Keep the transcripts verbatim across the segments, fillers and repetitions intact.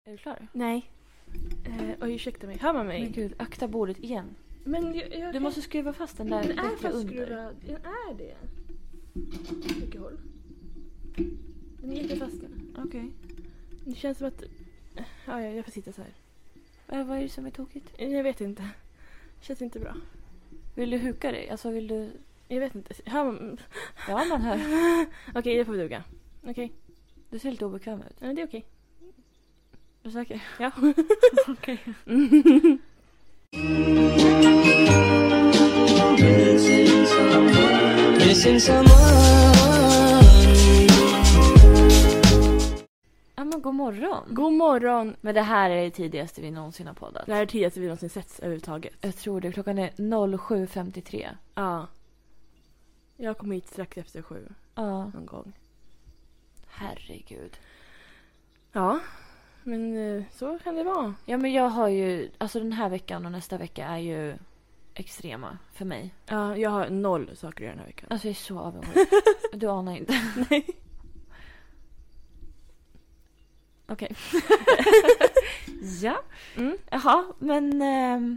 Är du klar? Nej. Eh, oj, ursäkta mig. Hör man mig? Men gud, akta bordet igen. Men jag, jag Du måste skruva fast den där den är bättre under. fastskruvad. Den är det. Mycket håll. Den är jättefast nu. Okej. Okay. Det känns som att... Ja, ja, jag får sitta så här. Äh, vad är det som är tokigt? Jag vet inte. Det känns inte bra. Vill du huka dig? Alltså vill du... Jag vet inte. Hör man... Ja, man hör. Okej, okay, det får vi duga. Okej. Okay. Du ser lite obekväm ut. Ja, det är okej. Okay. Är du säker? Ja. Okej. Ja, men god morgon. God morgon. Men det här är det tidigaste vi någonsin har poddat. Det här är det tidigaste vi någonsin setts överhuvudtaget. Jag tror det. Klockan är sju femtiotre. Ja. Jag kom hit strax efter sju. Ja. Någon gång. Herregud. Ja. Men så kan det vara. Ja, men jag har ju... Alltså den här veckan och nästa vecka är ju extrema för mig. Ja, jag har noll saker i den här veckan. Alltså jag är så avundsjuk. Du anar inte. Nej. Okej. Ja. Mm. Jaha, men... Ähm...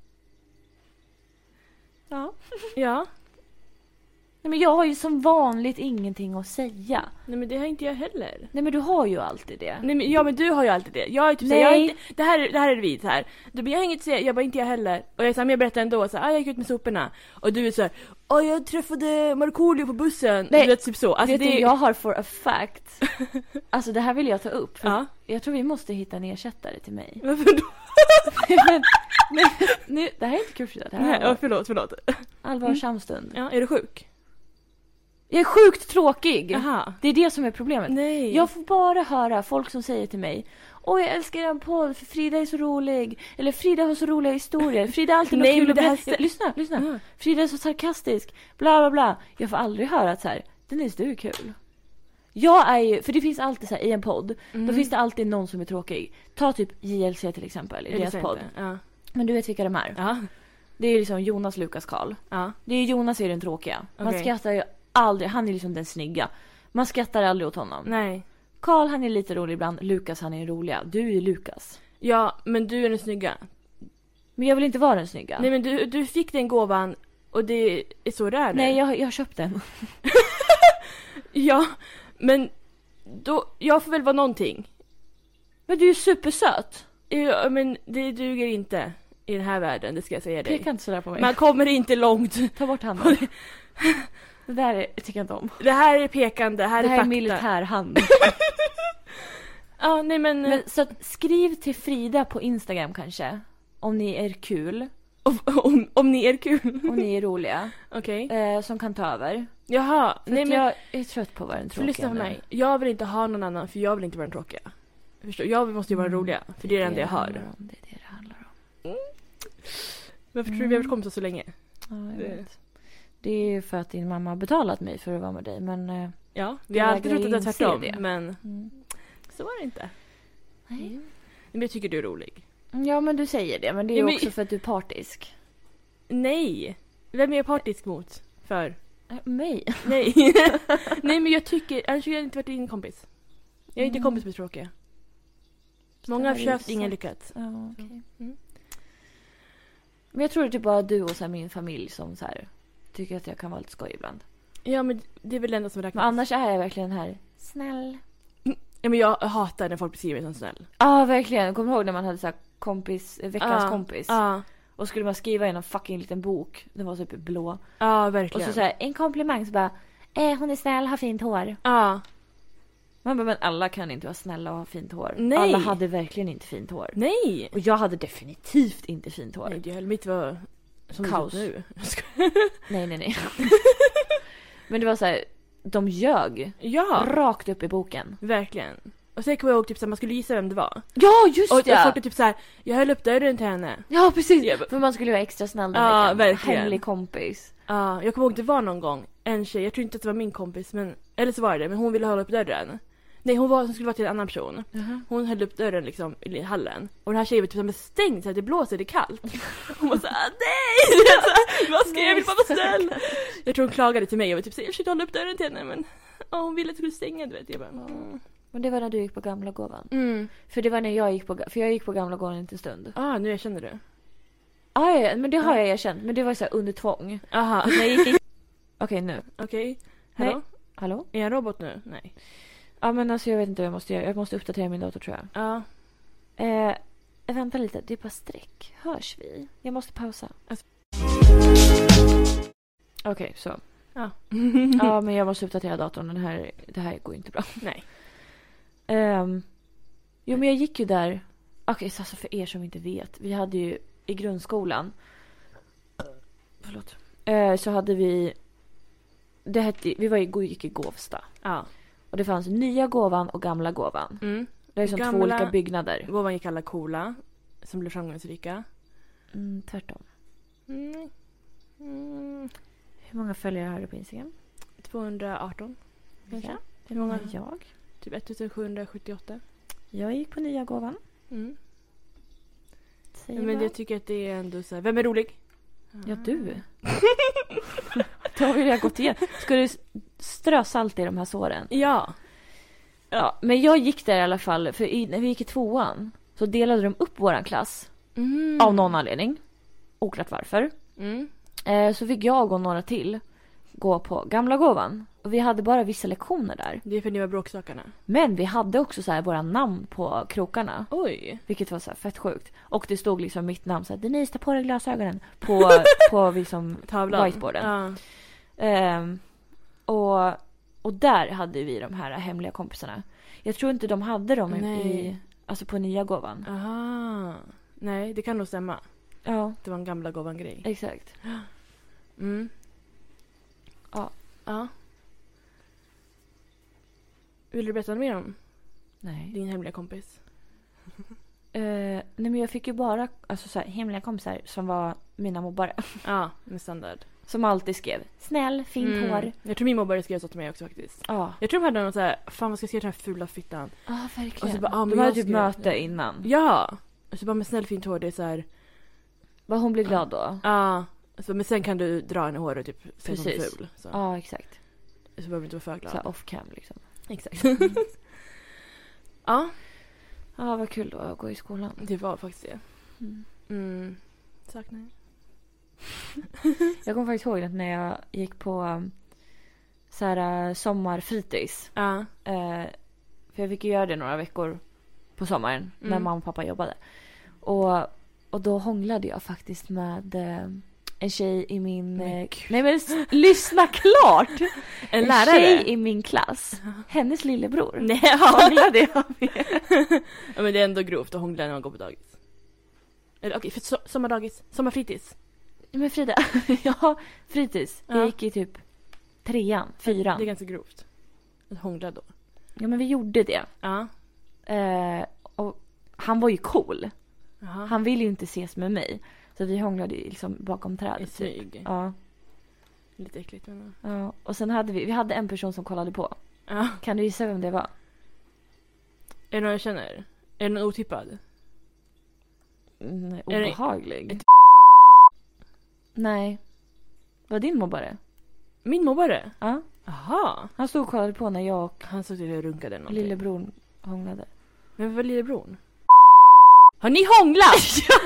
Ja. Ja. Nej, men jag har ju som vanligt ingenting att säga. Nej, men det har inte jag heller. Nej, men du har ju alltid det. Nej, men, ja, men du har ju alltid det. Jag är typ Nej. så, jag är inte, det, här, det här är det vid så här. Du, men jag har inget att säga, jag bara inte jag heller. Och jag, så här, men jag berättar ändå så här, ah, jag gick ut med soporna. Och du är så här, åh, jag träffade Markoolio på bussen. Nej. Du vet, typ så. Alltså, Vet det... du, jag har for a fact. Alltså det här vill jag ta upp. För ja. Jag tror vi måste hitta en ersättare till mig. Varför då? men, men, nu, det här är inte kul, det här Nej, är ja, förlåt, förlåt. allvarsam stund. Ja, är du sjuk? Jag är sjukt tråkig. Aha. Det är det som är problemet. Nej. Jag får bara höra folk som säger till mig: åh, jag älskar er podd för Frida är så rolig. Eller Frida har så roliga historier. Frida har alltid något Nej, kul men att det här berätta. ser- Lyssna, lyssna. Mm. Frida är så sarkastisk. Bla bla bla. Jag får aldrig höra att så här, Denise, du är kul. Jag är ju, för det finns alltid så här i en podd. Mm. Då finns det alltid någon som är tråkig. Ta typ J L C till exempel i Är det deras så podd. inte? Ja. Men du vet vilka de är. Ja. Det är liksom Jonas, Lukas, Karl. Ja. Det är Jonas är den tråkiga. Man Okej. skrattar ju aldrig. Han är liksom den snygga. Man skrattar aldrig åt honom. Nej. Karl, han är lite rolig ibland. Lukas, han är roliga. Du är ju Lukas. Ja, men du är den snygga. Men jag vill inte vara den snygga. Nej, men du, du fick den gåvan och det är så det är. Nej, jag, jag har köpt den. Ja, men då, jag får väl vara någonting. Men du är ju supersöt. Ja, men det duger inte i den här världen, det ska jag säga dig. Peka inte sådär på mig. Man kommer inte långt. Ta bort handen. Det där är, tycker jag inte om. Det här är pekande, det här Det är här är fakta. militärhand. Ja, nej men... Men så att, skriv till Frida på Instagram kanske. Om ni är kul. Om, om, om ni är kul. Om ni är roliga. Okej. Okay. Eh, som kan ta över. Jaha, För nej men... jag är trött på att vara den tråkiga. Lyssna på nu. mig. Jag vill inte ha någon annan, för jag vill inte vara den tråkiga. Förstår? Jag måste ju vara Mm. roliga, för det är det enda jag hör. handlar om. Det är det det handlar om. Varför tror du vi har varit kompisar så länge? Ja, jag Det- vet. Det är ju för att din mamma har betalat mig för att vara med dig. Men, eh, Ja, vi Du har alltid vägrar trott att det var inse tvärtom, det. men mm. så var det inte. Nej. Men jag tycker du är rolig. Ja, men du säger det. Men det är Ja, men- också för att du är partisk. Nej! Vem är jag partisk mot? För? Äh, mig? Nej. Nej, men jag tycker... Annars skulle jag inte varit din kompis. Jag är inte Mm. kompis med tråkiga. Många har Det här är försökt, ju ingen sant. lyckats. Ja, okej. Mm. Men jag tror det är typ bara du och så här, min familj som så här, tycker att jag kan vara lite skoj ibland. Ja, men det är väl det enda som Men räknas. annars är jag verkligen här snäll. Ja, men jag hatar när folk beskriver mig som snäll. Ja, verkligen. Kommer du ihåg när man hade så här kompis, veckans Ja, kompis? Ja, Och skulle man skriva i en fucking liten bok. Den var typ blå. ja, Och verkligen. så, så här, en komplimang så bara, eh, hon är snäll, har fint hår. Ja, Man bara, men alla kan inte vara snälla och ha fint hår. Nej. Alla hade verkligen inte fint hår. nej. Och jag hade definitivt inte fint hår. Nej, det höll mitt var som det Kaos. ser ut nu. Nej, nej, nej. Men det var så här, de ljög Ja, rakt upp i boken. verkligen. Och sen kommer jag ihåg typ så här, man skulle gissa vem det var. Ja, just Och, det! och folk är typ så här, jag höll upp dörren till henne. Ja, precis. Jag bara- För man skulle vara extra snäll den Ja, veckan. verkligen. Hemlig kompis. Ja, jag kommer ihåg det var någon gång en tjej, jag tror inte att det var min kompis, men eller så var det, men hon ville hålla upp dörren. Nej, hon var som skulle vara till en annan person. Uh-huh. Hon höll upp dörren liksom i hallen. Och den här tjejen var typ som stängd så att det blåser, det är kallt. Hon var såhär, nej! Vad ska jag, jag vill bara vara snäll. Jag tror hon klagade till mig och var typ så jag försökte hålla upp dörren till henne, men oh, hon ville att jag skulle stänga, du vet. Jag bara, mm. Men det var när du gick på gamla gåvan. Mm. För det var när jag gick på, för jag gick på gamla gåvan en liten stund. Ah, nu erkänner du. Ah, ja, men det har jag erkänt. Men det var så här under tvång. Aha. När jag gick i... Okej, nu. Okej. Hallå? Nej. Hallå? Är jag en robot nu? Nej. Ja, men alltså jag vet inte vad jag måste göra. Jag måste uppdatera min dator tror jag. Ja. Eh, vänta lite. Det är bara streck. Hörs vi? Jag måste pausa. Alltså. Okej, okay, så. Ja. Ja, men jag måste uppdatera datorn. Den här, det här går inte bra. Nej. Um, jo, men jag gick ju där. Okej, okay, så alltså för er som inte vet. Vi hade ju i grundskolan. Förlåt. Eh, så hade vi... Det hette, vi var i, gick i Gåvsta. Ja. Och det fanns nya gåvan och gamla gåvan. Mm. Det är som Gamla, två olika byggnader. Gåvan gick alla coola. Som blev framgångsrika. Mm, tvärtom. Mm. Mm. Hur många följare har du på Instagram? tvåhundraarton. Kanske. Ja. Hur många? Jag. Typ ettusensjuhundrasjuttioåtta. Jag gick på nya gåvan. Mm. Säger Men vad? jag tycker att det är ändå så här. Vem är rolig? Ja, du. Då har vi redan gått igen. Ska du strö salt i de här såren? Ja. Ja, men jag gick där i alla fall. För i, när vi gick i tvåan så delade de upp våran klass. Mm. Av någon anledning. Oklart varför. Mm. Eh, så fick jag och några till gå på gamla gåvan. Och vi hade bara vissa lektioner där. Det är för ni var bråksakarna. Men vi hade också så här våra namn på krokarna. Oj. Vilket var så här fett sjukt. Och det stod liksom mitt namn så här, Denise, ta på dig glasögonen. På, på liksom Tavlan. whiteboarden. Ja. Um, och, och där hade vi de här hemliga kompisarna. Jag tror inte de hade dem i, i, alltså på nya gåvan. Aha. Nej, det kan nog stämma. Ja, Det var en gamla gåvan-grej. exakt. Mm. Ja. Ja. Vill du berätta mer om Nej. din hemliga kompis? Uh, nej men jag fick ju bara alltså, så här, hemliga kompisar som var mina mobbare. Ja, med standard. Som alltid skrev snäll, fint Mm. hår. Jag tror min mobbare skrev så till mig också faktiskt. Ja, Jag tror de hade något så här, fan vad ska jag skriva den här fula fittan? ah, verkligen. Och så bara, ah, men de hade jag typ skrev- möte innan. Ja! Och så bara med snäll fint hår, det är så här. Var hon blev glad då? Ja. Så, men sen kan du dra henne i håret och typ säga att hon är Precis. ful. Så. Ja, exakt. så behöver du inte vara för Så glad. här off cam liksom. Exakt. Ja, Ja, vad kul då att gå i skolan. det var faktiskt det. Mm. Mm. Saknar jag. Jag kommer faktiskt ihåg att när jag gick på um, så här uh, sommarfritids. Ja. Eh, för jag fick ju göra det några veckor på sommaren när Mm. mamma och pappa jobbade. Och, och då hånglade jag faktiskt med eh, en tjej i min... Men Eh, nej men s- lyssna klart! En En lärare? tjej i min klass. Hennes lillebror. Nej, ja. Hånglade jag med. Ja, men det är ändå grovt att hångla när man går på dagis. Eller okej, för so- sommardagis. Sommarfritids. Men Frida, ja, fritids. Ja. Jag gick i typ trean, fyran. Det är ganska grovt. Att hångla då. Ja, men vi gjorde det. Ja. Eh, och han var ju cool. Jaha. Han ville ju inte ses med mig. Så vi hånglade ju liksom bakom I trädet. Typ. smyg. Ja, Lite äckligt men. ja. Och sen hade vi, vi hade en person som kollade på. Ja. Kan du gissa vem det var? Är det någon jag känner? Är det någon otippad? Mm, Är det- obehaglig. ett- Nej. Var din mobbare? Min mobbare? Ja. Aha. Han stod och kollade på när jag och Han såg till och runkade eller någonting. lillebror hånglade. Men vad var lillebror? Har ni hånglat?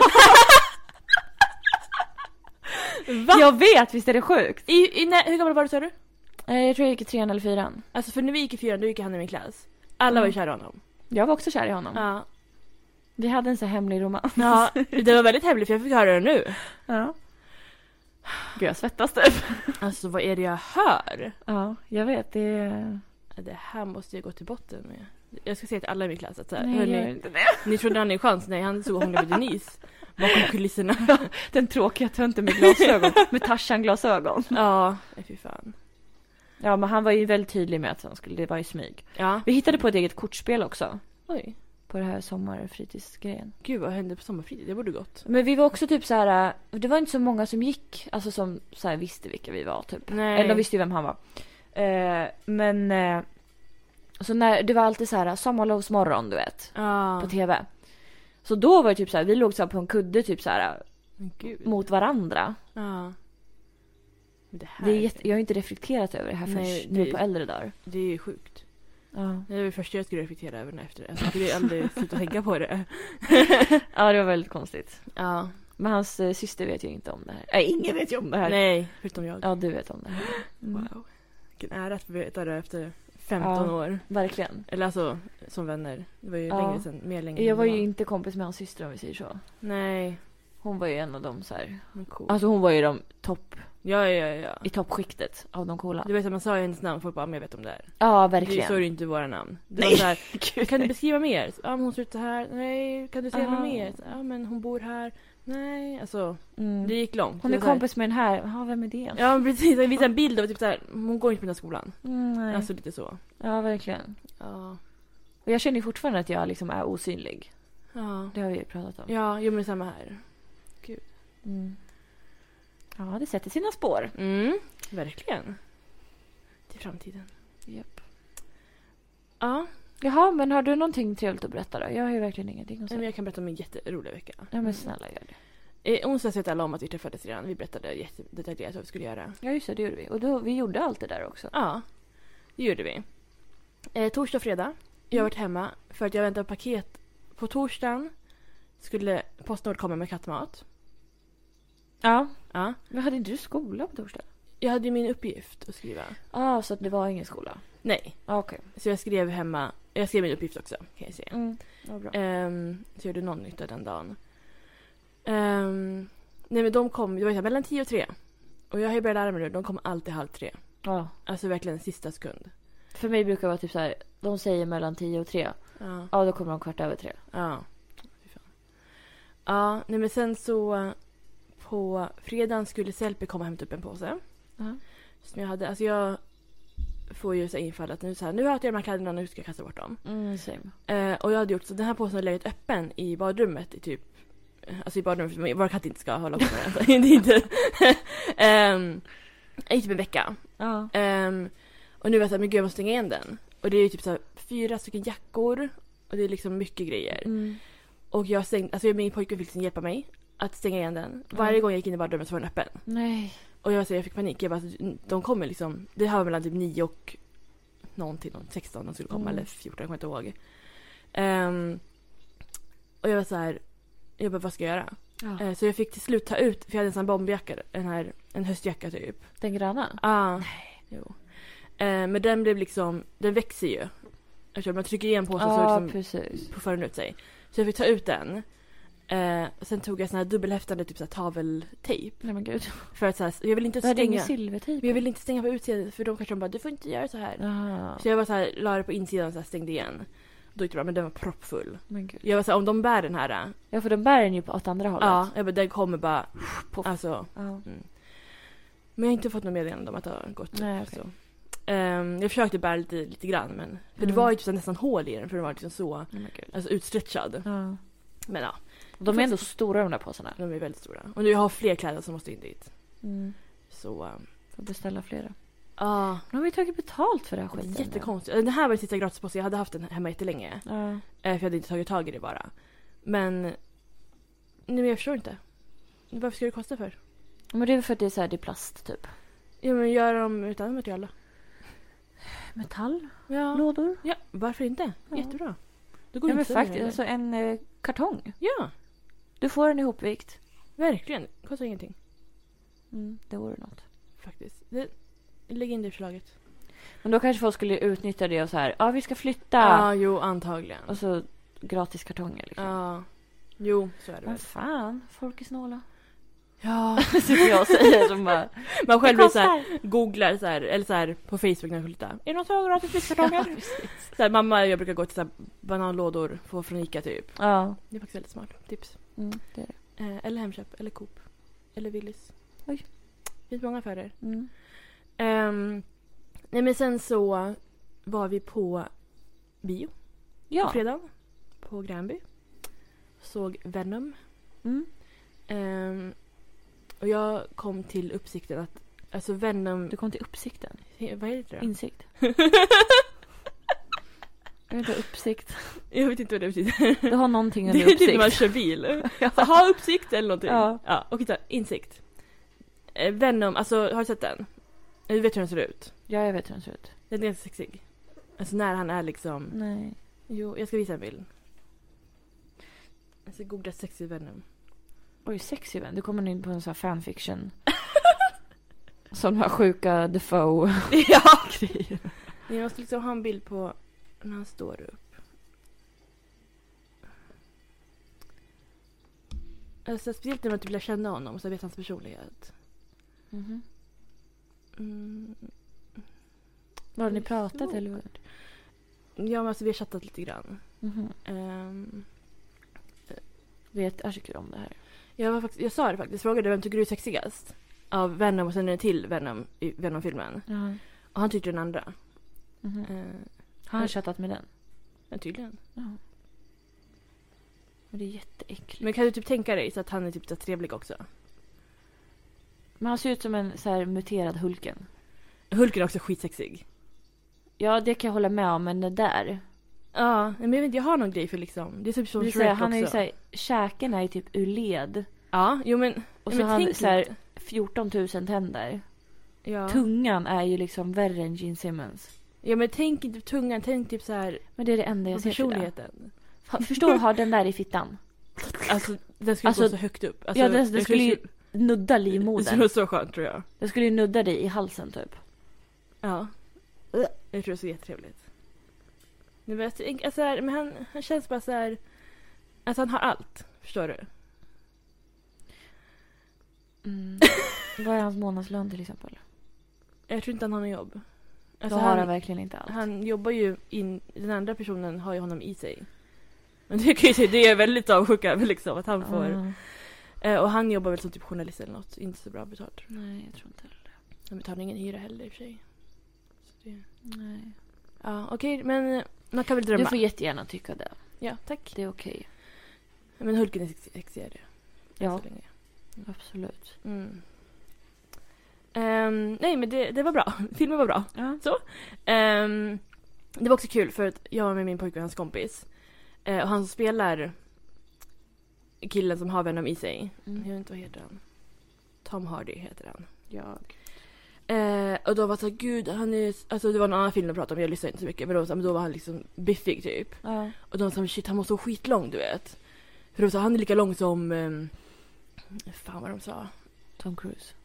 Va? Jag vet, visst är det sjukt? I, i, när, hur gammal var du sa du? Eh, jag tror jag gick i trean eller fyran. Alltså för när vi gick i fyran, då gick han i min klass. Alla var ju Mm. kära i honom. Jag var också kär i honom. Ja. Vi hade en så här hemlig romans. Ja, det var väldigt hemligt för jag fick höra det nu. Ja. Gud, jag svettas typ. Alltså vad är det jag hör? Ja, jag vet. Det är... Det här måste jag gå till botten med. Jag ska säga till alla i min klass att så här, Nej, hörni, gör inte det. ni trodde han hade en chans? Nej, han såg och hånglade med Denise. Bakom kulisserna. Den tråkiga tönten med glasögon. Med Tarzan-glasögon. Ja, nej, fy fan. Ja, men han var ju väldigt tydlig med att han skulle, det var i smyg. Ja. Vi hittade på ett eget kortspel också. Oj, På det här sommarfritidsgrejen. gud vad hände på sommarfritid? Det borde gått. Men vi var också typ så här. Det var inte så många som gick. Alltså som så här, visste vilka vi var typ. Nej. Eller de visste ju vem han var. Eh, men... Eh, så när, det var alltid så här sommarlovsmorgon, du vet. Ja. På tv. Så då var det typ så här, vi låg så här på en kudde typ så här Men gud. mot varandra. Ja. Men det här, Det är jätte, jag har inte reflekterat över det här förrän Nej, nu det- på äldre dagar. det är ju sjukt. Ja. Det var det första jag skulle reflektera över efter det. Alltså, jag skulle aldrig sluta tänka på det. Ja, det var väldigt konstigt. Ja. Men hans eh, syster vet ju inte om det här. Nej, ingen vet ju om det här. Nej, förutom jag. Ja, du vet om det här. Mm. Wow. Vilken ära att få veta det efter femton Ja. år. Verkligen. Eller alltså, som vänner. Det var ju Ja. längre sedan, mer länge Jag än var det ju inte kompis med hans syster om vi säger så. Nej, Hon var ju en av dem så här. men cool. Alltså hon var ju de topp, Ja, ja, ja. i toppskiktet av de coola. Du vet att man sa ju hennes namn, folk bara, men jag vet om det är. Ja, Det verkligen. så är det ju inte våra namn. Det Nej. var så här, kan du beskriva mer? Ja, men hon ser ut så här. Nej, kan du säga Aha. något mer? Ja, men hon bor här. Nej, alltså, Mm. det gick långt. Hon Det är var så här- kompis med den här. Ja, vem är det? Ja, men precis. Jag visade en bild av typ så här, hon går inte på den här skolan. Mm, nej. Alltså lite så. Ja, verkligen. Ja. Och jag känner ju fortfarande att jag liksom är osynlig. Ja. Det har vi ju pratat om. Ja, jo men samma här. Mm. Ja, det sätter sina spår. Mm, verkligen. Till framtiden. Yep. Ja, Jaha, men har du någonting trevligt att berätta då? Jag har ju verkligen ingenting att men säga. jag kan berätta om en jätterolig vecka. Ja, men snälla gör det. I onsdags vet alla om att vi träffades redan. Vi berättade jättedetaljerat vad vi skulle göra. Ja, just det, det gjorde vi. Och då, vi gjorde allt det där också. Ja, det gjorde vi. Eh, torsdag och fredag. Jag har varit hemma för att jag väntade på paket. På torsdagen skulle Postnord komma med kattmat. Ja. Ja. Men hade inte du skola på torsdag? Jag hade ju min uppgift att skriva. Ja, ah, så att det var ingen skola? Nej, Ah, okej. så jag skrev hemma. Jag skrev min uppgift också, kan jag säga. Mm, ja, bra. Um, så jag gjorde någon nytta den dagen. Um, nej men de kom, det var så här, mellan tio och tre. Och jag har ju börjat lära mig nu, de kom alltid halv tre. Ja. Alltså verkligen sista sekund. För mig brukar det vara typ så här, de säger mellan tio och tre. Ja, Ja, då kommer de kvart över tre. ja. Fy fan. Ja, nej men sen så på fredagen skulle Selby komma och hämta upp en påse. Ja. Som jag hade, alltså jag får ju så infall att nu så här, nu har jag de här kläderna, nu ska jag kasta bort dem. Mm, same. Eh, och jag hade gjort så den här påsen hade legat öppen i badrummet i typ, alltså i badrummet, för vår katt inte ska hålla på med den. Det är inte. um, I typ en vecka. Ja. Um, och nu var jag såhär, men gud jag måste stänga igen den. Och det är ju typ så här fyra stycken jackor. Och det är liksom mycket grejer. Mm. Och jag stängde, alltså min pojke fick liksom hjälpa mig att stänga igen den. Varje Mm. gång jag gick in i badrummet så var den öppen. Nej. Och jag, så jag fick panik. Jag bara, de kommer liksom, det här var mellan typ nio och någonting, sexton de skulle komma, Mm. eller fjorton, jag kommer inte ihåg. Um, och jag var så här, jag bara, vad ska jag göra? Ja. Uh, så jag fick till slut ta ut, för jag hade en sån bombjacka, en, här, en höstjacka typ. Den gröna? Ah, jo. Uh, men den blev liksom, den växer ju. Eftersom man trycker igen på sig Ja, så liksom precis. puffar den ut sig. Så jag fick ta ut den. Uh, och sen tog jag sån här dubbelhäftande typ så här taveltejp. Nej men gud. För att så här, jag vill inte Du hade ingen stänga. silvertejp? Men jag vill inte stänga på utsidan för då kanske de bara, du får inte göra så här. Jaha. Så jag var så här, la det på insidan och så här, stängde igen. Då gick det bra, men den var proppfull. Men gud. Jag var så här, om de bär den här. Ja, för de bär den ju på åt andra hållet. Ja, jag bara, den kommer bara, Puff. alltså. Ja. Mm. Men jag har inte fått något meddelande om att det har gått. Nej, okej. Så. Um, jag försökte bära lite, lite grann, men för Mm. det var ju typ så här nästan hål i den för den var liksom så, Nej, men gud. alltså utstretchad. Ja. Men ja, De är ändå stora de där påsarna. de är väldigt stora. Och nu jag har fler kläder som måste in dit. Mm. Så, um, Får beställa flera. ah, Nu har vi tagit betalt för det här det skiten. är jättekonstigt. Den här var den sista gratispåsen, jag hade haft den hemma jättelänge. Ja. Eh, för jag hade inte tagit tag i det bara. Men, nej men jag förstår inte. Varför ska det kosta för? Men det är för att det är så här, det är plast typ. Ja men gör dem utan material då. Metall? Ja. Lådor? Ja, varför inte? Ja. Jättebra. Då går Ja, det men inte sönder faktiskt, heller. alltså en eh, kartong. Ja, Du får en ihopvikt. verkligen. Kostar ingenting. Mm, det vore något. Faktiskt. Det, lägg in det i förslaget. Men då kanske folk skulle utnyttja det och så här, ja vi ska flytta. Ja, jo antagligen. Och så gratis kartonger liksom. Ja, jo så är det Men väl. fan, folk är snåla. Ja. Sitter jag och säger som bara, Man själv det blir så här, kostar. googlar så här, eller så här på Facebook när jag flyttar. Är det någon som har gratis flyttkartonger? Ja, precis. Så här, mamma och jag brukar gå till så här bananlådor få från Ica typ. Ja, Det är faktiskt väldigt smart. Tips. mm, det är det. Eh, eller Hemköp, eller Coop. Eller Willys. Oj. Det finns många affärer. Mm. Um, nej men sen så var vi på bio på Ja. fredag. På Gränby. Såg Venom. Mm. Um, och jag kom till uppsikten att alltså Venom... Du kom till uppsikten. Vad är det då? Insikt. Jag vet inte, uppsikt. Jag vet inte vad det betyder. Du har någonting Det under är typ när uppsikt. man kör bil. Så ha uppsikt eller någonting. Ja. Ja, och hitta insikt. Eh, Venom, alltså har du sett den? Du vet hur den ser ut? Ja, jag vet hur den ser ut. Den är ganska sexig. Alltså när han är liksom... Nej. Jo, jag ska visa en bild. Jag ska googla sexy Venom. Oj, sexy vän. Du kommer in på en sån här fanfiction. Sån här sjuka Defoe. Ja! Jag måste liksom ha en bild på när han står upp. Alltså, speciellt när man typ lär känna honom och så vet hans personlighet. Mhm. Mm. Har ni pratat Så. eller vad? Ja, men alltså vi har chattat lite grann. Mhm. Um, Vet Ashik om det här? jag, var faktiskt, jag sa det faktiskt. Frågade vem tycker du är sexigast? Av Venom och sen är det till Venom i Venom-filmen. Ja. Och han tyckte den andra. Mhm. Uh, Har han chattat med den? ja, tydligen. Ja. Men det är jätteäckligt. Men kan du typ tänka dig så att han är typ så trevlig också? Men han ser ut som en så här muterad Hulken. Hulken är också skitsexig. Ja, det kan jag hålla med om, men det där. Ja, men jag vet inte, jag har någon grej för liksom. Det är typ som Det är Shrek så här, också. han är ju så här, käken är ju typ ur led. Ja, jo men... Och ja, så men har han tänk så här lite. fjorton tusen tänder. Ja. Tungan är ju liksom värre än Gene Simmons. Ja, men tänk inte på tungan, tänk typ så här Men det är det enda jag på ser för det. personligheten. Fa- Förstår ha den där i fittan. Alltså, den skulle Alltså, gå så högt upp. Alltså, ja, den, jag den skulle ju nudda Det skulle livmodern. vara så skönt, tror jag. Den skulle ju nudda dig i halsen typ. Ja. Jag tror det är så jättetrevligt. Men, jag tänk- alltså, här, men han, han känns bara så här... Alltså han har allt, förstår du? Mm. Vad är hans månadslön till exempel? Jag tror inte han har något jobb. Alltså, Då har han, han, verkligen inte allt. han jobbar ju in... Den andra personen har ju honom i sig. Men det kan ju säga, det är väldigt avsjuka över liksom att han får... Mm. Eh, och han jobbar väl som typ journalist eller något. Inte så bra betalt. Nej, jag tror inte heller det. Han betalar ingen hyra heller i och för sig. Så det... Nej. Ja, okej, men eh, man kan väl drömma. Du får jättegärna tycka det. Ja, tack. Det är okej. Men Hulken är sex- sexigare. Ja, Så länge. absolut. Mm. Ehm, nej, men det, det var bra. Filmen var bra. Ja. Ehm, det var också kul för att jag var med min pojke och hans kompis. Eh, och han som spelar killen som har Venom i sig. Mm. Jag vet inte vad heter han. Tom Hardy heter han. Jag. Eh, och då var det så här, gud, han är... Alltså det var en annan film att prata om, jag lyssnade inte så mycket. Men då, var det så här, men då var han liksom biffig typ. Ja. Och de sa, shit, han var så skitlång, du vet. För då sa han är lika lång som... Um, fan vad de sa. Tom Cruise.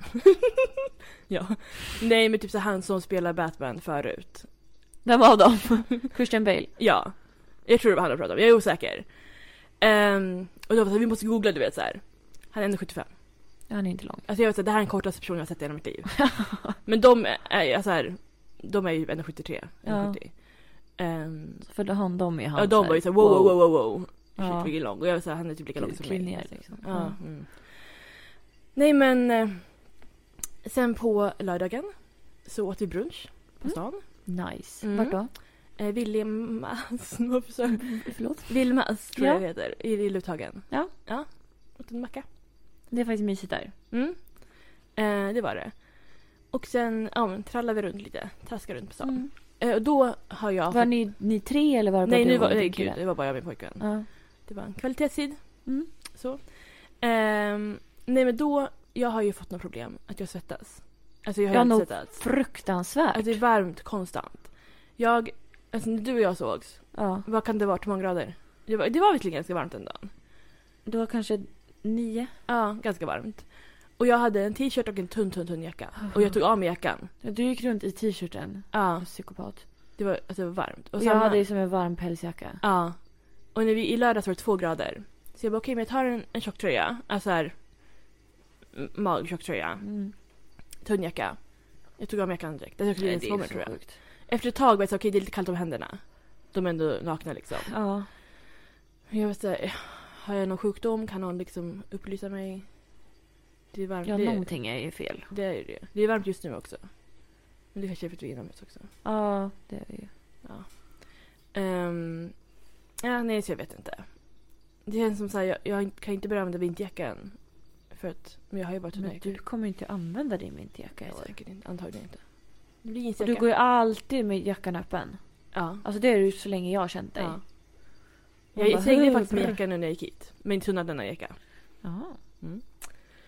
Ja. Nej, men typ så han som spelar Batman förut. Vem av dem? Christian Bale. Ja. Jag tror det var han de pratade om. Jag är osäker. Um, och då var det så här, vi måste googla, du vet så här. Han är en komma sjuttiofem. Ja, han är inte lång. Alltså jag vet så här, det här är den kortaste personen jag har sett i hela mitt liv. Men de är alltså här, de är ju en komma sjuttiotre. en komma sjuttio. Um, Så för honom är han ja, de var ju så här, wow, wow, wow, wow, wow. Shit, Ja. vilken lång. Och jag var så här, han är typ lika lång som mig. Klingar liksom. Ja. Ja. Mm. Nej, men eh, sen på lördagen så åt vi brunch på Mm. stan. Nice. Mm. Vart då? Eh, Willimas, varför sa jag? Förlåt? Wilmas tror Ja. jag det heter, i, i Luthagen. Ja. Ja, åt en macka. Det är faktiskt mysigt där. Mm. Eh, det var det. Och sen, ja men trallade vi runt lite, traskade runt på stan. Mm. Eh, och då har jag... Var ni, ni tre eller var det bara Nej, du nu och var, din nej kille? gud, det var bara jag och min pojkvän. Ja. Det var en kvalitetstid. Mm. Så. Ehm, nej men då, jag har ju fått några problem att jag svettas. Alltså jag har Ja, ju inte nog svettats. fruktansvärt. Alltså det är varmt konstant. Jag, alltså när du och jag sågs, Ja. vad kan det vara, hur många grader? Det var, det var visserligen ganska varmt en dag. Du var kanske nio. Ja, ganska varmt. Och jag hade en t-shirt och en tunn, tunn, tunn jacka. Och jag tog av mig jackan. Du gick runt i t-shirten. Ja, Psykopat. det var, alltså det var varmt. Och Och jag samma- hade ju som en varm pälsjacka. Ja. Och när vi, i lördags var det två grader. Så jag bara, okej, men jag tar en, en tjocktröja. Alltså här, m- magtjocktröja. Mm. Tunn jacka. Jag tog av mig jackan direkt. Jag skulle Nej, inte det är mig, så tror jag. sjukt. Efter ett tag var jag så, okej, det är lite kallt om händerna. De är ändå nakna liksom. Ja. Jag vet inte, har jag någon sjukdom? Kan någon liksom upplysa mig? Det är varmt. Ja, det, någonting är ju fel. det är ju det. Det är varmt just nu också. Men det kanske är för att vi är inomhus också. Ja, det är det ju. Ja. Ehm, ja, nej, så jag vet inte. Det känns som så här, jag, jag kan inte börja använda vinterjackan. För att, men jag har ju bara tunna Men jackor. du kommer ju inte använda din vinterjacka i Nej, år. säkert inte. Antagligen inte. Det blir Och jeansjacka. du går ju alltid med jackan öppen. Ja. Alltså det är du så länge jag har känt dig. Ja. Man Jag bara, slängde "Hur, faktiskt min brr." jacka nu när jag gick hit. Men tunnade denna jacka. Jaha. Mm.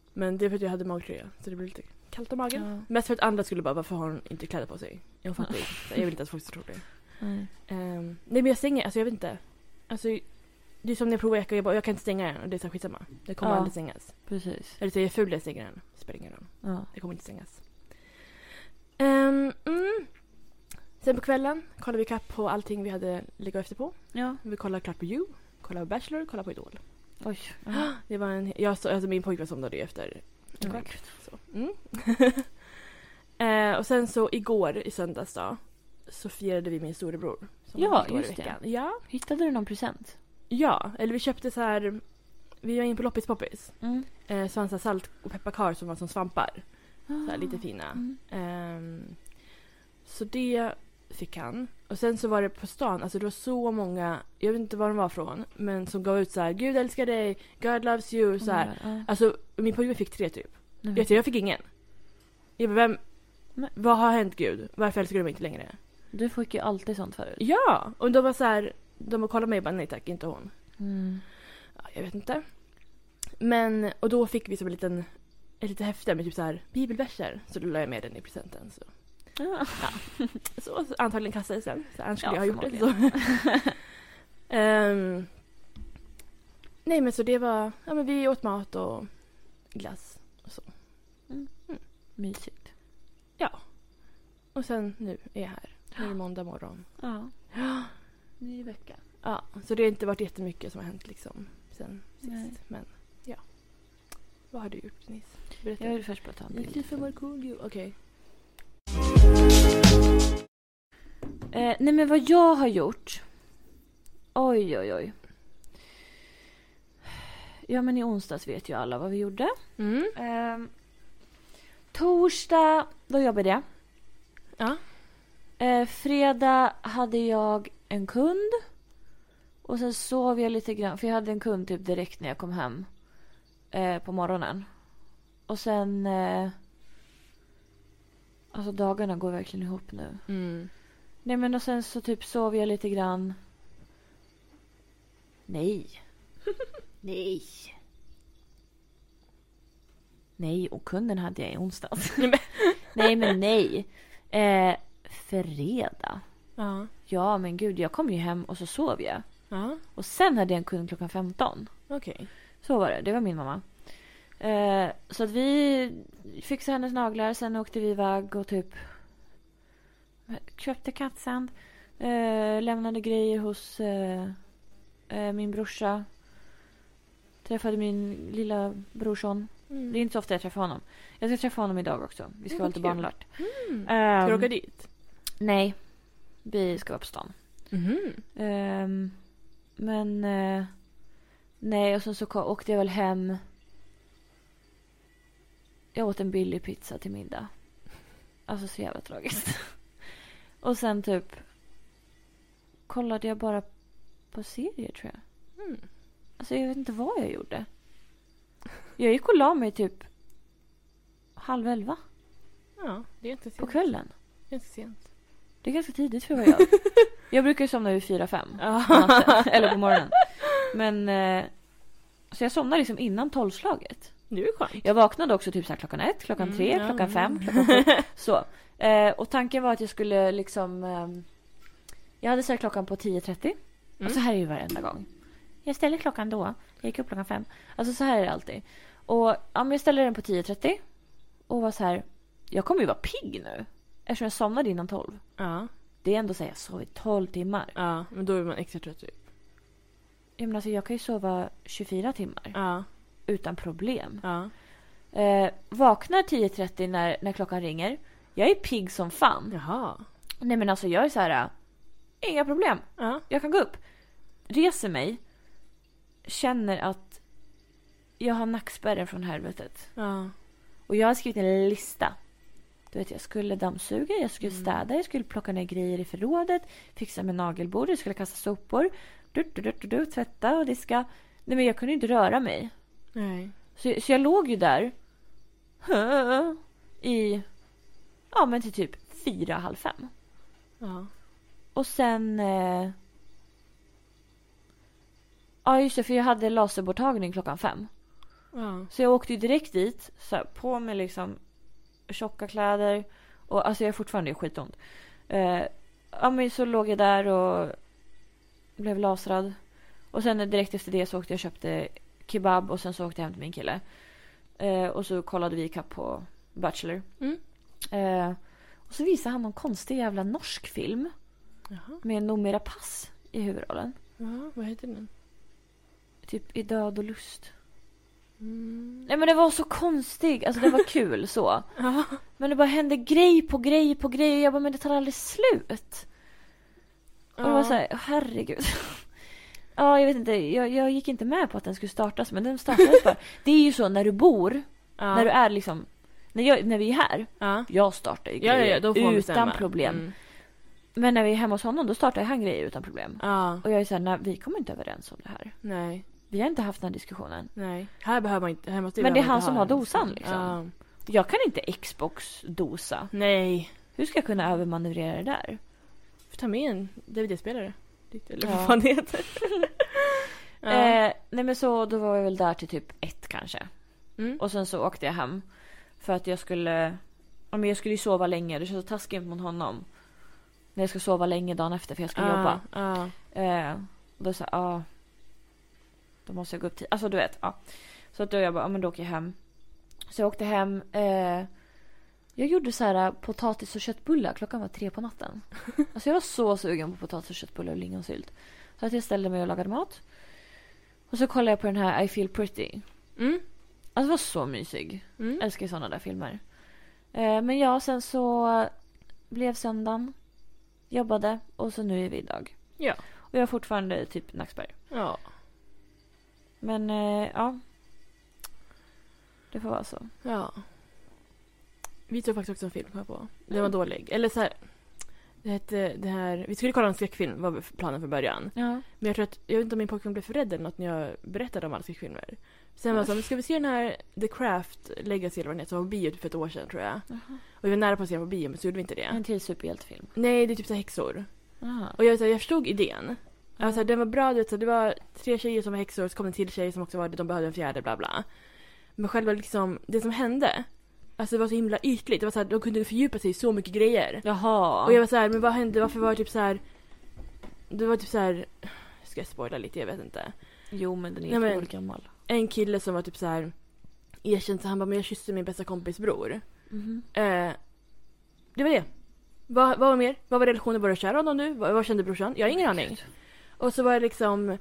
Men det är för att jag hade magtröja. Så det blev lite kallt om magen. Ja. Mest för att andra skulle bara, varför har hon inte kläder på sig? Jag fattar inte. Jag vill inte att folk ska tro det. Nej. Um, nej men jag stänger, alltså jag vet inte. Alltså det är som när jag provar jacka och jag bara, jag kan inte stänga den och det är så skitsamma. Det kommer Ja. aldrig stängas. Precis. Eller så är jag ful när jag stänger den. Spelar ingen roll. Ja. Det kommer inte stängas. Um, mm. Sen på kvällen kollade vi kapp på allting vi hade legat efter på. Ja. Vi kollade klart på You, kollade på Bachelor, kollade på Idol. Oj. Ja. Det var en, jag, alltså min pojkvän somnade ju efter en Ja, kvart. gud. Så. Mm. eh, och sen så igår i söndags då så firade vi min storebror. Som Ja, var ett år i just det. veckan. Ja. Hittade du någon present? Ja, eller vi köpte så här. Vi var in på Loppis Poppis. Mm. Eh, så fanns det salt och pepparkar som var som svampar. Så här, lite Ah. fina. Mm. Ehm, så det fick han. Och sen så var det på stan, alltså det var så många, jag vet inte var de var från, men som gav ut så här: Gud älskar dig, God loves you, så här. Ja. Alltså min pojke fick tre typ. Nej, Jag, jag fick ingen. Jag bara, vem, Men- vad har hänt Gud? Varför älskar du mig inte längre? Du fick ju alltid sånt förut. Ja, och de var så här, de kollade mig och bara, nej tack, inte hon. Mm. Ja, jag vet inte. Men, och då fick vi som en liten, ett litet häfte med typ så här bibelverser. Så då la jag med den i presenten. Så, Ja. så, så antagligen kastade sen. Så annars skulle Ja, jag ha gjort det. Så. Ehm, nej men så det var, ja men vi åt mat och glass och så. Mysigt. Ja. Och sen nu är jag här. Nu är det måndag morgon. Ja. Ja. Ny vecka. Ja, så det har inte varit jättemycket som har hänt liksom sen sist. Nej. Men ja. Vad har du gjort, Denise? Berätta. Jag vill först bara ta en bild. Lite för Markoolio. Okej. Eh, nej men vad jag har gjort. Oj oj oj. Ja men i onsdags vet ju alla vad vi gjorde. Mm. Eh, torsdag, då jobbade jag. Ja. Eh, fredag hade jag en kund. Och sen sov jag lite grann. För jag hade en kund typ direkt när jag kom hem. Eh, på morgonen. Och sen... Eh, alltså dagarna går verkligen ihop nu. Mm. Nej men och sen så typ sov jag lite grann. Nej. Nej. Nej, och kunden hade jag i onsdags. Nej men nej. Eh, fredag. Ja. Ja men gud, jag kom ju hem och så sov jag. Ja. Och sen hade jag en kund klockan femton. Okej. Så var det, det var min mamma. Eh, så att vi fixade hennes naglar, sen åkte vi iväg och typ köpte kattsand. Eh, lämnade grejer hos eh, eh, min brorsa. Träffade min lilla brorson. Mm. Det är inte så ofta jag träffar honom. Jag ska träffa honom idag också. Vi ska Mm, vara lite kul. barnlört. Mm. Ehm, Ska du åka dit? Nej. Vi ska vara på stan. Mhm. Ehm, men eh, nej, och sen så ko- åkte jag väl hem. Jag åt en billig pizza till middag. Alltså så jävla tragiskt. Och sen typ kollade jag bara på serier tror jag. Mm. Alltså jag vet inte vad jag gjorde. Jag gick och la mig typ halv elva Ja, det är inte på sent. kvällen. Det är inte sent. Det är ganska tidigt för vad jag. Jag brukar ju somna vid fyra, fem. Ja. på natten, eller på morgonen. Men eh, så jag somnade liksom innan tolvslaget. Det är skönt. Jag vaknade också typ så här klockan ett, klockan Mm, tre, ja, klockan fem, mm. klockan sju. Så. Eh, och tanken var att jag skulle liksom... ehm, jag hade satt klockan på tio trettio. Mm. Och så här är det ju varenda gång. Jag ställer klockan då. Jag gick upp klockan fem. Alltså så här är det alltid. Och ja, men jag ställer den på tio trettio. Och var så här... Jag kommer ju vara pigg nu. Eftersom jag somnade innan tolv. Ja. Det är ändå så här, jag sov i tolv timmar. Ja, men då är man extra trött typ. Ja, men alltså, jag kan ju sova tjugofyra timmar. Ja. Utan problem. Ja. Eh, vaknar tio trettio när, när klockan ringer. Jag är pigg som fan. Jaha. Nej men alltså jag är så här. äh, Inga problem. Ja. Jag kan gå upp. Reser mig. Känner att jag har nackspärren från helvetet. Ja. Och jag har skrivit en lista. Du vet, jag skulle dammsuga, jag skulle Mm. städa, jag skulle plocka ner grejer i förrådet, fixa med nagelbord, jag skulle kasta sopor, du, du, du, du, du, tvätta och diska. Nej men jag kunde inte röra mig. Nej. Så, så jag låg ju där i ja men till typ fyra, halv fem. Ja. Och sen eh, ja just det, för jag hade laserborttagning klockan fem. Ja. Så jag åkte ju direkt dit. Så här, på med liksom tjocka kläder. Och alltså jag är fortfarande skitont. Eh, ja men så låg jag där och blev lasrad. Och sen direkt efter det så åkte jag och köpte kebab. Och sen så åkte jag hem till min kille. Eh, och så kollade vi ikapp på Bachelor. Mm. Eh, och så visade han någon konstig jävla norsk film. Jaha. Med Noomi Rapace i huvudrollen. Ja, vad heter den? Typ I död och lust. Mm. Nej men det var så konstigt. Alltså det var kul så. Ja. Men det bara hände grej på grej på grej. Och jag bara, men det tar aldrig slut. Och det var så här, herregud. Ja, jag vet inte. Jag, jag gick inte med på att den skulle startas. Men den startades bara. Det är ju så när du bor. Ja. När du är liksom. När, jag, när vi är här. Ja. Jag startar ju Ja, grejer ja, ja, då får man utan bestämma. problem. Mm. Men när vi är hemma hos honom. Då startar han grejer utan problem. Ja. Och jag är så här, nej, vi kommer inte överens om det här. Nej. Vi har inte haft den här diskussionen. Nej. Här behöver man inte. Här måste Men det är man han inte som ha har en- dosan liksom. Ja. Jag kan inte Xbox-dosa. Nej. Hur ska jag kunna övermanövrera det där? Får ta med en D V D-spelare. Eller Ja. vad fan det heter. Ja. Eh, nej men så då var jag väl där till typ ett kanske. Mm. Och sen så åkte jag hem. För att jag skulle... Ja, men jag skulle ju sova länge. Det känns så taskigt mot honom. När jag ska sova länge dagen efter för jag ska Ja, jobba. ja. Eh, och då sa jag, ja. Då måste jag gå upp till... Alltså du vet, ja. Så att då jag bara, ja men då åker jag hem. Så jag åkte hem. Eh, jag gjorde så här potatis och köttbullar. Klockan var tre på natten. Alltså jag var så sugen på potatis och köttbullar och lingonsylt. Så att jag ställde mig och lagade mat. Och så kollade jag på den här I Feel Pretty. Mm. Alltså det var så mysig. Mm. Jag älskar sådana där filmer. Eh, men ja, sen så blev söndagen. Jobbade. Och så nu är vi idag. Ja. Och jag är fortfarande typ Nacksberg. Ja. Men eh, ja. Det får vara så. Ja. Vi såg faktiskt också en film kom jag på. Den var dålig. Eller så här. Det hette det här. Vi skulle kolla en skräckfilm var planen från början. Ja. Men jag tror att jag vet inte om min pojkvän blev för rädd eller något när jag berättade om alla skräckfilmer. Sen var det så, men ska vi se den här The Craft Legacy eller vad den heter, som var på bio för ett år sedan tror jag. Aha. Och vi var nära på att se den på bio men så gjorde vi inte det. En till superhjältefilm. Nej, det är typ så här häxor. Aha. Och jag, så här, jag förstod idén. Jag var så här, den var bra, du vet, så här, det var tre tjejer som var häxor och så kom en till tjej som också var det, de behövde en fjärde, bla bla. Men själva liksom, det som hände, alltså det var så himla ytligt. Det var så här, de kunde fördjupa sig i så mycket grejer. Jaha. Och jag var så här, men vad hände? Varför var det typ så här? Det var typ så här, ska jag spoila lite, jag vet inte. Jo, men den är Nej, men- två år gammal. En kille som var typ så här erkänt så han bara, men jag kysste min bästa kompis bror. Mhm. Eh, det var det. Vad, vad var mer? Vad var relationen? Var du kär i honom nu? Vad, vad kände brorsan? Jag har ingen aning. Och så var det liksom,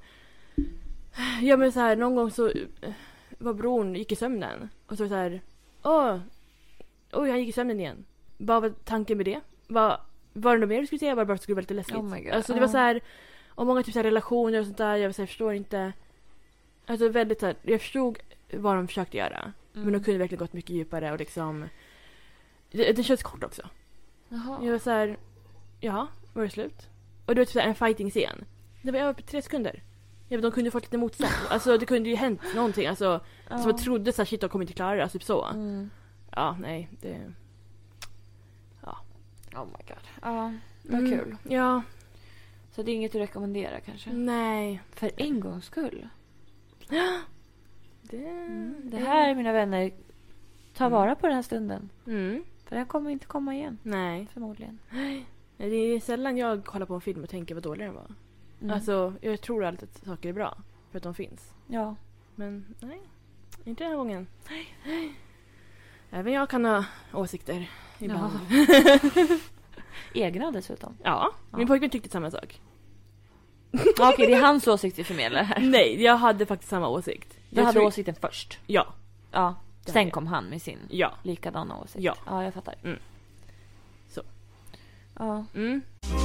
ja men så här, någon gång så eh, var bron gick i sömnen. Och så var det så här, åh, oj han gick i sömnen igen. Vad var tanken med det? Vad, var det något mer du skulle säga? Var det bara att det skulle vara lite läskigt? Oh my God. Alltså det var Ja. så här, och många typ så här relationer och sånt där, jag, så här, förstår inte. Alltså väldigt så här, jag förstod vad de försökte göra. Mm. Men de kunde verkligen gått mycket djupare och liksom, det, det känns kort också. Jaha. Jag var så här, ja, var det slut? Och det var typ så här en fighting-scen. Det var över på tre sekunder. Ja, men de kunde fått lite motstånd. Alltså det kunde ju hänt någonting. Alltså, Ja. som jag trodde så här, shit, de kommer inte klara det. Alltså, typ så. Mm. Ja, nej, det... Oh my god. Ja, vad Mm, kul. Ja, Så det är inget du rekommenderar kanske? nej. För en gångs skull. Det, Mm. Det här, mina vänner, ta Mm. vara på den här stunden. Mm, För den kommer inte komma igen, nej. förmodligen. Det är sällan jag kollar på en film och tänker vad dålig den var. Mm. Alltså, jag tror alltid att saker är bra. För att de finns. Ja. Men nej, inte den här gången. Även jag kan ha åsikter ibland. Egna dessutom. Ja, min Ja. pojkvän tyckte samma sak. Ja, okej, det är hans åsikt vi förmedlar här. Nej, jag hade faktiskt samma åsikt. Jag hade tror- åsikten först. Ja, Ja. Det Sen hade jag. kom han med sin ja. likadana åsikt. Ja. Ja, jag fattar. Mm. Så. Ja. Mm.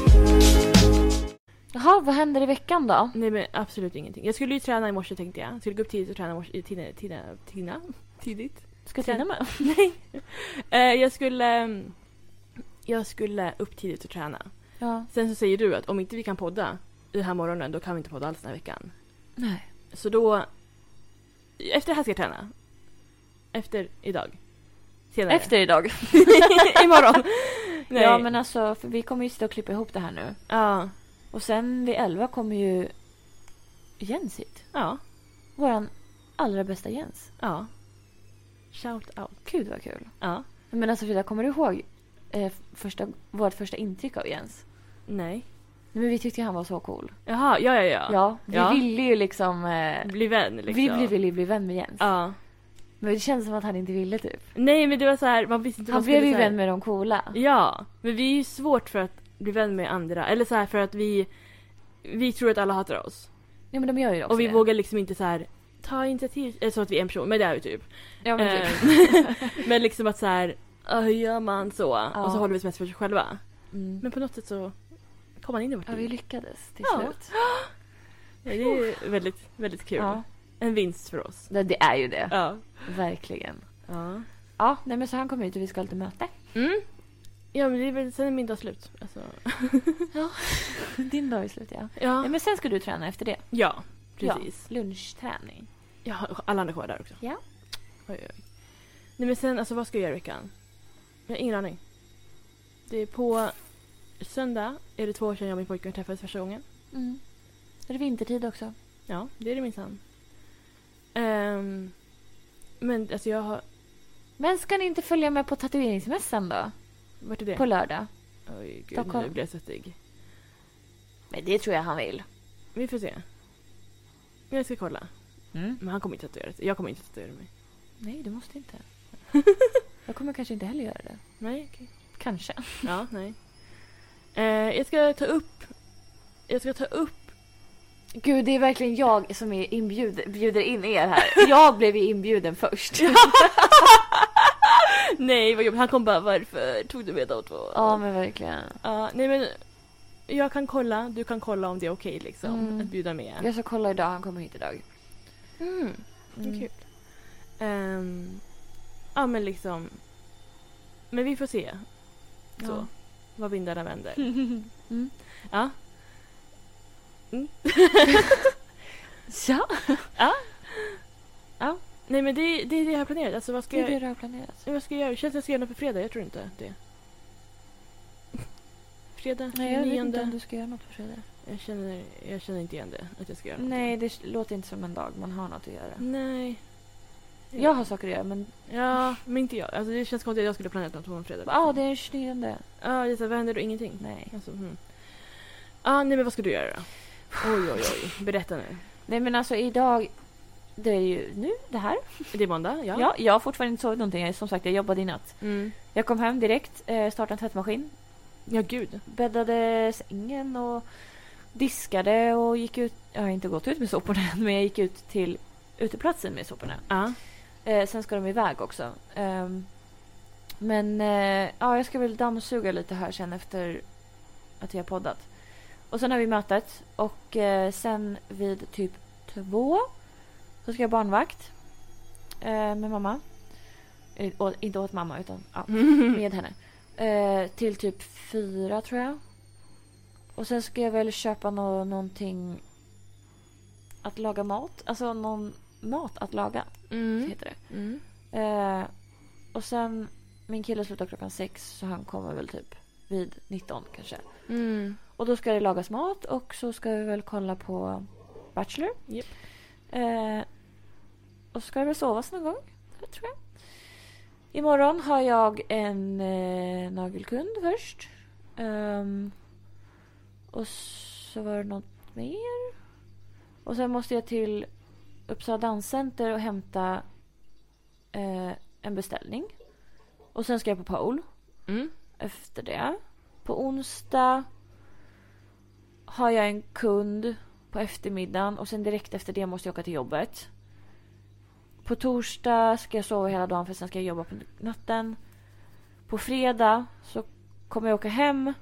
Jaha, vad händer i veckan då? Nej, men absolut ingenting. Jag skulle ju träna i morse tänkte jag. Jag skulle gå upp tidigt och träna i morse. Tina, Tina, Tina? Tidigt? Ska Tina med? Nej. Eh, jag skulle... Jag skulle upp tidigt och träna. Ja. Sen så säger du att om inte vi kan podda den här morgonen, då kan vi inte podda alls den här veckan. Nej. Så då... Efter det här ska jag träna. Efter idag. Senare. Efter idag. Imorgon. Nej. Ja, men alltså, för vi kommer ju sitta och klippa ihop det här nu. Ja. Och sen vid elva kommer ju Jens hit. Ja. Våran allra bästa Jens. Ja. Shout out. Gud vad kul. Ja. Men alltså Frida, kommer du ihåg eh, första, vårt första intryck av Jens? Nej. Nej, men vi tyckte han var så cool. Jaha, ja, ja, ja. Ja, vi Ja. ville ju liksom... Eh, Bli vän liksom. vi ville ville ju bli vän med Jens. Ja. Men det känns som att han inte ville typ. Nej, men det var så här, man visste inte Han vad blev skulle ju så här- vän med de coola. Ja, men vi är ju svårt för att bli vän med andra. Eller så här för att vi vi tror att alla hatar oss. Ja, men de gör ju också Och vi det. vågar liksom inte så här ta initiativ. Eller så att vi är en person, men det är vi typ. Ja, men typ. Eh, men liksom att så här, "Ah, hur gör man så?" Ja. Och så håller vi oss mest för oss själva. Mm. Men på något sätt så kom man in i vårt Ja, vi liv. lyckades till Ja. slut. Ja, det är väldigt, väldigt kul. Ja, En vinst för oss. det, det är ju det. Ja. Verkligen. Ja. Ja, nej, men så han kom hit och vi ska ha lite möte. Mm. Ja, men det är väl sen är min dag slut. Alltså. Din dag är slut, ja. Ja. Nej, men sen ska du träna efter det. Ja, precis. Ja, lunchträning. Ja, alla andra kvar där också. Ja. Oj, oj. Nej, men sen, alltså vad ska jag göra i veckan? Jag har ingen aning. Det är på söndag är det två år sedan jag och min pojkvän träffades första gången. Mm. Är det vintertid också? Ja, det är det minsann. Um, men alltså jag har... Men ska ni inte följa med på tatueringsmässan då? Vart är det? På lördag? Oj, gud, Stockholm. nu blir jag svettig. Men det tror jag han vill. Vi får se. Jag ska kolla. Mm. Men han kommer inte tatuera sig. Jag kommer inte tatuera mig. Nej, du måste inte. Jag kommer kanske inte heller göra det. Nej, okej. Kanske. Ja, nej. Eh, jag ska ta upp... Jag ska ta upp... Gud, det är verkligen jag som är inbjud, bjuder in er här. Jag blev ju inbjuden först. Nej, vad jobbigt. Han kom bara, varför tog du med de två? Ja, men verkligen. Ja, nej men... Jag kan kolla. Du kan kolla om det är okej liksom. Mm. Att bjuda med. Jag ska kolla idag, han kommer hit idag. Mm. Mm. Vad kul. Ehm, ja, men liksom... Men vi får se. Så. Ja. Vad vindarna vänder. Mm. Ja. Ja. Ja. Nej, men det, det är det jag har planerat. Alltså, vad ska Det är det jag... du har planerat. Vad ska jag göra? Det känns att jag ska göra något på fredag. Jag tror inte det. Fredag, Nej, jag vet nionde. inte om du ska göra något på fredag. Jag känner, jag känner inte igen det. Att jag ska göra något. Nej, det låter inte som en dag man har något att göra. Nej. Jag har saker att göra, men... Ja, men inte jag. Alltså, det känns konstigt att jag skulle planera något på en fredag. Ja, det är den tjugonionde. Ja, det är så här, vad händer då? Ingenting. Nej. Alltså, hmm. ah, nej, men vad ska du göra då? Oj, oj, oj. Berätta nu. Nej, men alltså idag... Det är ju nu, det här. Det är måndag, ja. Ja, jag har fortfarande inte sovit någonting. Som sagt, jag jobbade i natt. Mm. Jag kom hem direkt, eh, startade en tvättmaskin. Ja, gud. Bäddade sängen och diskade och gick ut. Jag har inte gått ut med soporna än, men jag gick ut till uteplatsen med soporna. Ja. Eh, sen ska de iväg också. Ehm, men eh, ja, jag ska väl dammsuga lite här sen efter att jag har poddat. Och sen har vi mötet. Och eh, sen vid typ två så ska jag barnvakt eh, med mamma. Eh, å, inte åt mamma, utan ja, med henne. Eh, till typ fyra tror jag. Och sen ska jag väl köpa nå- någonting att laga mat. Alltså någon mat att laga, Mm. heter det. Mm. Eh, och sen, min kille slutar klockan sex, så han kommer väl typ vid nitton kanske. Mm. Och då ska det lagas mat och så ska vi väl kolla på Bachelor. Japp. Eh, och så ska det väl sovas någon gång, det tror jag. Imorgon har jag en eh, nagelkund först. Ehm, och så var det något mer. Och sen måste jag till Uppsala Danscenter och hämta eh, en beställning. Och sen ska jag på Paul Mm. efter det. På onsdag har jag en kund på eftermiddagen och sen direkt efter det måste jag åka till jobbet. På torsdag ska jag sova hela dagen för sen ska jag jobba på natten. På fredag så kommer jag åka hem.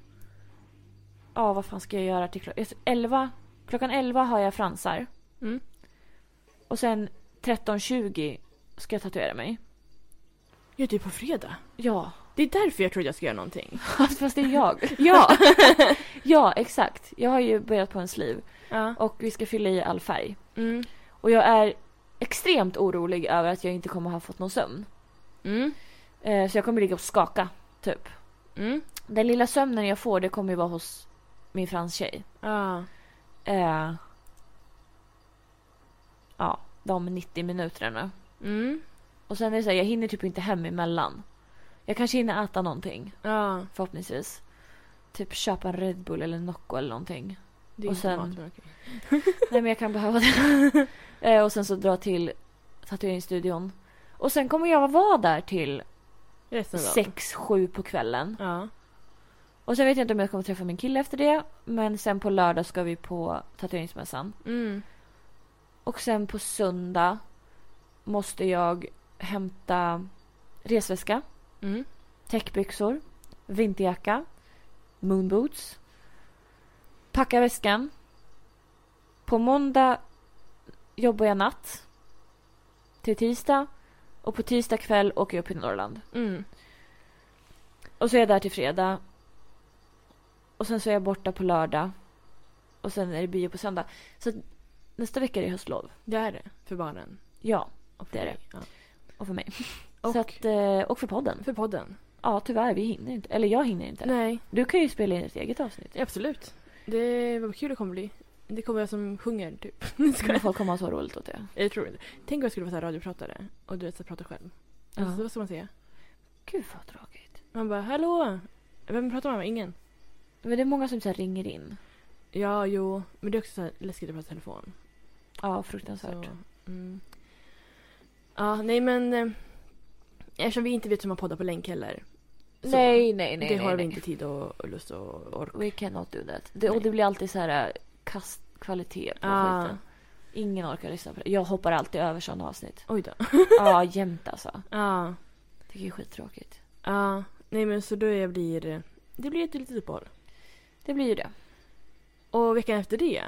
Ja, vad fan ska jag göra till klockan elva? Klockan elva har jag fransar. Mm. Och sen tretton tjugo ska jag tatuera mig. Ja, det är på fredag. Ja, Det är därför jag trodde jag ska göra någonting. fast det är jag. Ja. Ja, exakt. Jag har ju börjat på en sleeve. Ja. Och vi ska fylla i all färg. Mm. Och jag är extremt orolig över att jag inte kommer ha fått någon sömn. Mm. Eh, så jag kommer ligga och skaka, typ. Mm. Den lilla sömnen jag får, det kommer ju vara hos min franstjej. Ja. Eh, ja. de nittio minuterna. Mm. Och sen är det så här, jag hinner typ inte hem emellan. Jag kanske hinner äta någonting. Ja. Förhoppningsvis. Typ köpa en Red Bull eller Nocco eller någonting. Det är Och inte sen- mat, men okej. Nej, men jag kan behöva det. eh, och sen så dra till tatueringsstudion. Och sen kommer jag vara där till Resten av dagen. sex sju på kvällen. Ja. Och sen vet jag inte om jag kommer träffa min kille efter det. Men sen på lördag ska vi på tatueringsmässan. Mm. Och sen på söndag måste jag hämta resväska, Mm. täckbyxor, vinterjacka, moonboots. Packa väskan. På måndag jobbar jag natt till tisdag. Och på tisdag kväll åker jag upp i Norrland. Mm. Och så är jag där till fredag. Och sen så är jag borta på lördag. Och sen är det bio på söndag. Så nästa vecka är det höstlov. Det är det. För barnen. Ja, Och för Det är dig. Ja. och för mig. Och Så att, eh, och för podden. för podden. Ja, tyvärr, vi hinner inte. Eller jag hinner inte. Nej, Du kan ju spela in ett eget avsnitt. absolut. Det var kul det kommer bli. Det kommer jag som sjunger, typ. Nu ska Men jag. folk kommer ha så roligt åt det. Jag tror inte. Tänk om jag skulle vara så här radiopratare. Och du vet, så prata själv. Ja. Alltså, vad ska man säga? Gud vad tråkigt. Man bara, hallå! Vem pratar man med? Ingen. Men det är många som så här ringer in. Ja, jo. Men det är också så här läskigt att prata i telefon. Ja, fruktansvärt. Så, mm. Ja, nej men... eh, Eftersom vi inte vet hur man poddar på länk heller. så Nej, nej, nej. det nej, har vi nej. inte tid och, och lust och ork. We cannot do that. Det, och Nej. det blir alltid så här äh, kastkvalitet på Ah. skiten. Ingen orkar lyssna på det. Jag hoppar alltid över sådana avsnitt. Oj då. Ja, jämt alltså. Ja. Det är ju skittråkigt. Ja. Nej men så då jag blir... Det blir ett litet uppehåll. Det blir ju det. Och veckan efter det...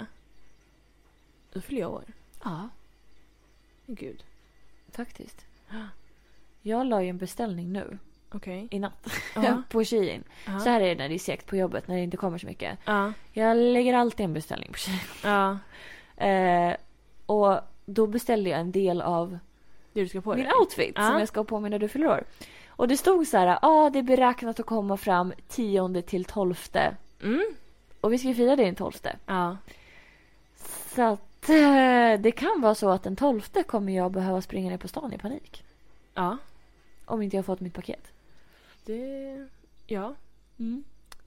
Då fyller jag år. Ja, Gud. faktiskt. Jag la ju en beställning nu Okej. i natt Ja. på Shein. Ja. Så här är det när det är segt på jobbet, när det inte kommer så mycket. Ja. Jag lägger alltid en beställning på Shein. Ja. Eh, och då beställde jag en del av Det du ska på min dig. outfit Ja. som jag ska ha på mig när du fyller år. Och det stod så här, ja ah, det är beräknat att komma fram tionde till tolfte. Mm. Och vi ska ju fira det den tolfte. Ja. Så att eh, det kan vara så att den tolfte kommer jag behöva springa ner på stan i panik. Ja. Om inte jag har fått mitt paket. Det... Ja. Mm.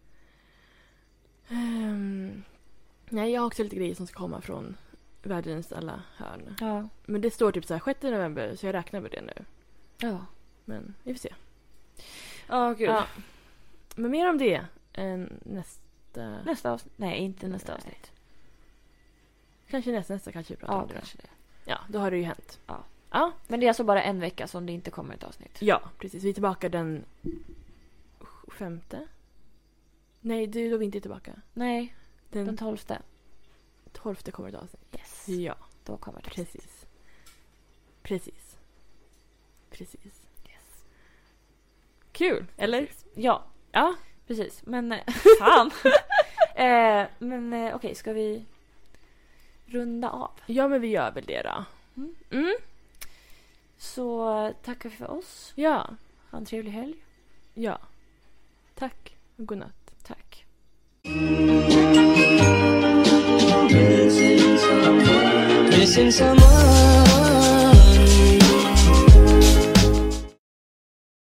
Ehm, nej, jag har också lite grejer som ska komma från världens alla hörn. Ja. Men det står typ så här sjätte november, så jag räknar med det nu. Ja. Men vi får se. Ja, gud. Ja. Men mer om det än nästa... Nästa avsnitt. Nej, inte nästa Nej. avsnitt. Kanske nästa, nästa kanske vi pratar Ja, om det. kanske det. Ja, då har det ju hänt. Ja. Ja, Men det är alltså bara en vecka som det inte kommer ett avsnitt. ja precis. Vi är tillbaka den femte. Nej, det är då vi inte är tillbaka. Nej, Den, den tolfte. tolfte kommer ett avsnitt. Yes. Ja, Då kommer det. precis. Precis. Precis. Yes. Kul, eller? Ja, Ja. precis. Men eh, fan. eh, men eh, okej, ska vi runda av? Ja, men vi gör väl det då. Mm. Mm. Så tackar vi för oss. Ja, Ha en trevlig helg. ja. Tack och godnatt. Tack. Missing someone